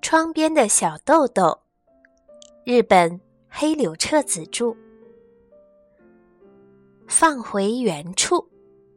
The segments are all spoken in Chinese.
窗边的小豆豆，日本黑柳彻子著。放回原处。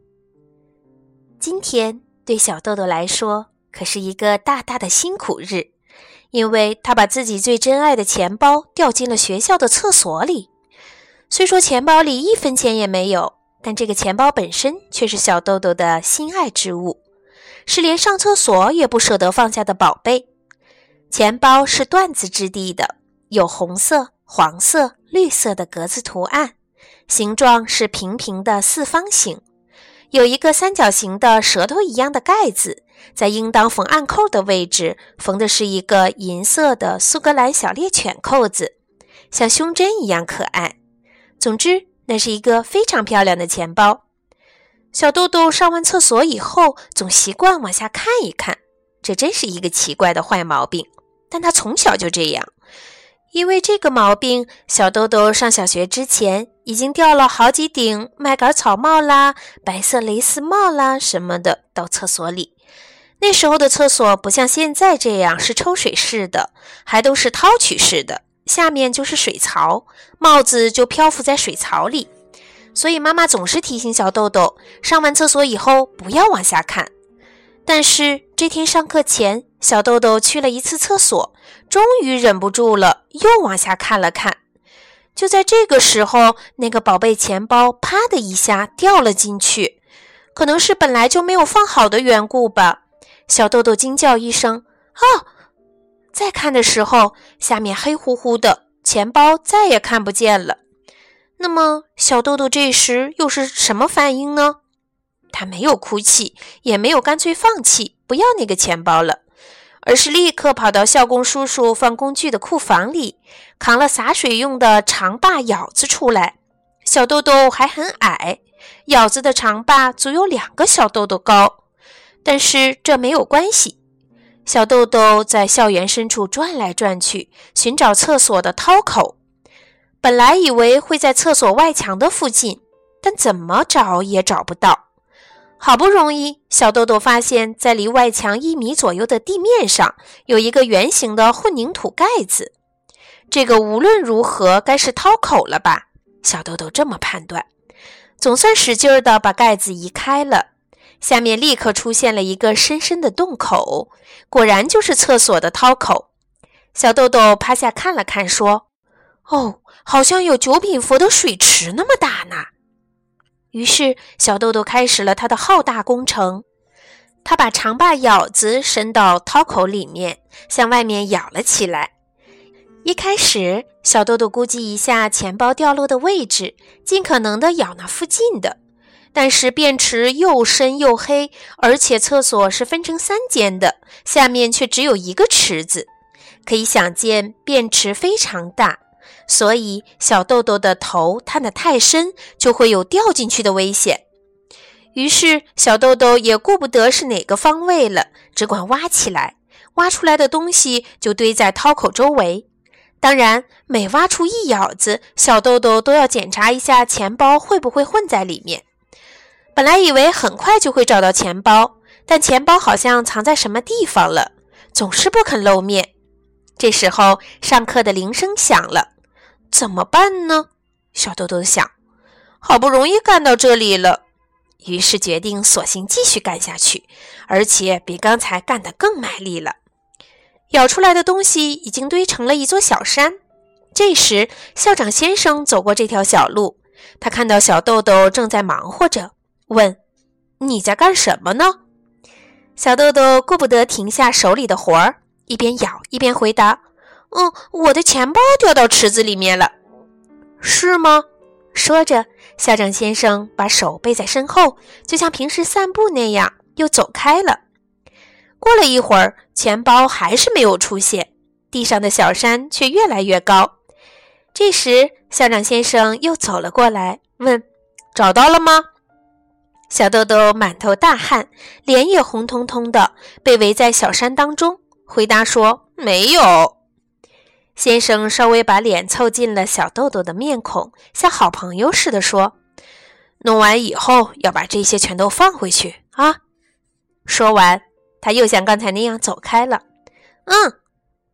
今天对小豆豆来说可是一个大大的辛苦日，因为他把自己最珍爱的钱包掉进了学校的厕所里。虽说钱包里1分钱也没有，但这个钱包本身却是小豆豆的心爱之物，是连上厕所也不舍得放下的宝贝。钱包是缎子质地的，有红色、黄色、绿色的格子图案，形状是平平的四方形，有一个三角形的舌头一样的盖子，在应当缝暗扣的位置缝的是一个银色的苏格兰小猎犬扣子，像胸针一样可爱。总之，那是一个非常漂亮的钱包。小豆豆上完厕所以后，总习惯往下看一看，这真是一个奇怪的坏毛病，但他从小就这样。因为这个毛病，小豆豆上小学之前已经掉了好几顶麦秆草帽啦、白色蕾丝帽啦什么的到厕所里。那时候的厕所不像现在这样是抽水式的，还都是掏取式的，下面就是水槽，帽子就漂浮在水槽里。所以妈妈总是提醒小豆豆，上完厕所以后不要往下看。但是这天上课前，小豆豆去了一次厕所，终于忍不住了，又往下看了看。就在这个时候，那个宝贝钱包啪的一下掉了进去，可能是本来就没有放好的缘故吧。小豆豆惊叫一声，啊！再看的时候，下面黑乎乎的，钱包再也看不见了。那么小豆豆这时又是什么反应呢？他没有哭泣，也没有干脆放弃不要那个钱包了，而是立刻跑到校工叔叔放工具的库房里，扛了洒水用的长把舀子出来。小豆豆还很矮，舀子的长把足有2个小豆豆高，但是这没有关系。小豆豆在校园深处转来转去，寻找厕所的掏口。本来以为会在厕所外墙的附近，但怎么找也找不到。好不容易，小豆豆发现在离外墙1米左右的地面上有一个圆形的混凝土盖子，这个无论如何该是掏口了吧，小豆豆这么判断。总算使劲地把盖子移开了，下面立刻出现了一个深深的洞口，果然就是厕所的掏口。小豆豆趴下看了看，说：哦，好像有9品佛的水池那么大呢。于是小豆豆开始了他的浩大工程。他把长把舀子伸到掏口里面，向外面舀了起来。一开始小豆豆估计一下钱包掉落的位置，尽可能的舀那附近的，但是便池又深又黑，而且厕所是分成3间的，下面却只有一个池子，可以想见便池非常大，所以小豆豆的头探得太深，就会有掉进去的危险。于是小豆豆也顾不得是哪个方位了，只管挖起来，挖出来的东西就堆在掏口周围。当然，每挖出一舀子，小豆豆都要检查一下钱包会不会混在里面。本来以为很快就会找到钱包，但钱包好像藏在什么地方了，总是不肯露面。这时候上课的铃声响了，怎么办呢？小豆豆想，好不容易干到这里了，于是决定索性继续干下去，而且比刚才干得更卖力了。舀出来的东西已经堆成了一座小山。这时校长先生走过这条小路，他看到小豆豆正在忙活着，问：你在干什么呢？小豆豆顾不得停下手里的活儿，一边舀一边回答：我的钱包掉到池子里面了。是吗？说着，校长先生把手背在身后，就像平时散步那样，又走开了。过了一会儿，钱包还是没有出现，地上的小山却越来越高。这时，校长先生又走了过来，问：找到了吗？小豆豆满头大汗，脸也红彤彤的，被围在小山当中，回答说：没有。先生稍微把脸凑近了小豆豆的面孔，像好朋友似的说：弄完以后要把这些全都放回去啊。说完，他又像刚才那样走开了。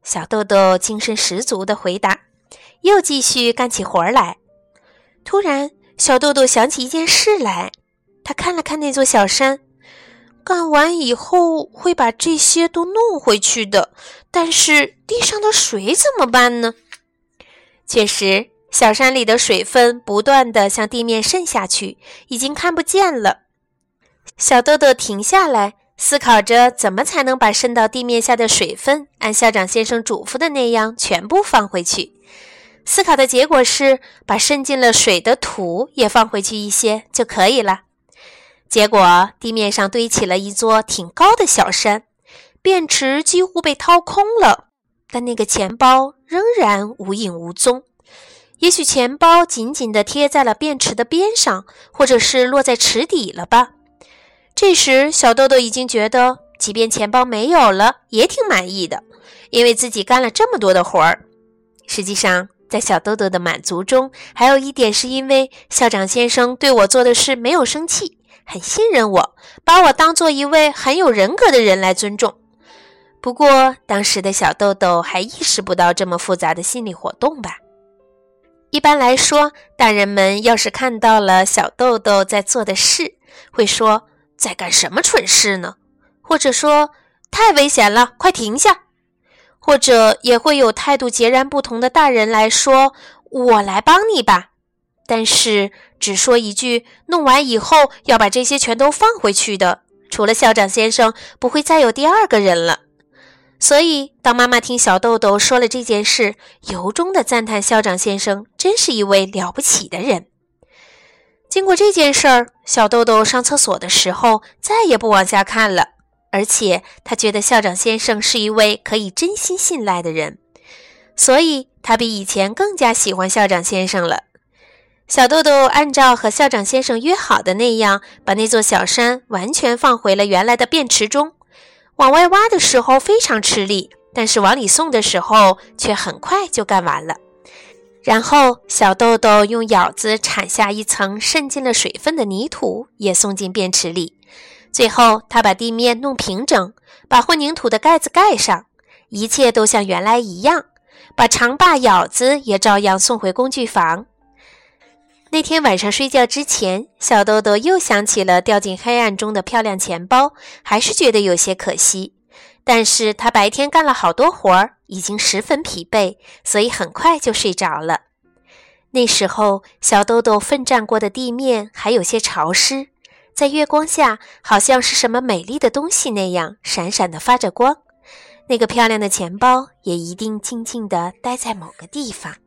小豆豆精神十足地回答，又继续干起活来。突然，小豆豆想起一件事来，他看了看那座小山，干完以后会把这些都弄回去的，但是地上的水怎么办呢？确实，小山里的水分不断地向地面渗下去，已经看不见了。小豆豆停下来，思考着怎么才能把渗到地面下的水分按校长先生嘱咐的那样全部放回去。思考的结果是把渗进了水的土也放回去一些就可以了。结果地面上堆起了一座挺高的小山，便池几乎被掏空了，但那个钱包仍然无影无踪。也许钱包紧紧地贴在了便池的边上，或者是落在池底了吧。这时小豆豆已经觉得即便钱包没有了也挺满意的，因为自己干了这么多的活儿。实际上在小豆豆的满足中，还有一点是因为校长先生对我做的事没有生气，很信任我，把我当做一位很有人格的人来尊重。不过当时的小豆豆还意识不到这么复杂的心理活动吧。一般来说，大人们要是看到了小豆豆在做的事，会说在干什么蠢事呢？或者说太危险了，快停下。或者也会有态度截然不同的大人来说，我来帮你吧。但是只说一句弄完以后要把这些全都放回去的，除了校长先生，不会再有第二个人了。所以当妈妈听小豆豆说了这件事，由衷地赞叹校长先生真是一位了不起的人。经过这件事儿，小豆豆上厕所的时候再也不往下看了，而且他觉得校长先生是一位可以真心信赖的人，所以他比以前更加喜欢校长先生了。小豆豆按照和校长先生约好的那样，把那座小山完全放回了原来的便池中。往外挖的时候非常吃力，但是往里送的时候却很快就干完了。然后小豆豆用舀子铲下一层渗进了水分的泥土，也送进便池里。最后他把地面弄平整，把混凝土的盖子盖上，一切都像原来一样，把长把舀子也照样送回工具房。那天晚上睡觉之前，小豆豆又想起了掉进黑暗中的漂亮钱包，还是觉得有些可惜。但是他白天干了好多活儿，已经十分疲惫，所以很快就睡着了。那时候小豆豆奋战过的地面还有些潮湿，在月光下好像是什么美丽的东西那样闪闪地发着光。那个漂亮的钱包也一定静静地待在某个地方。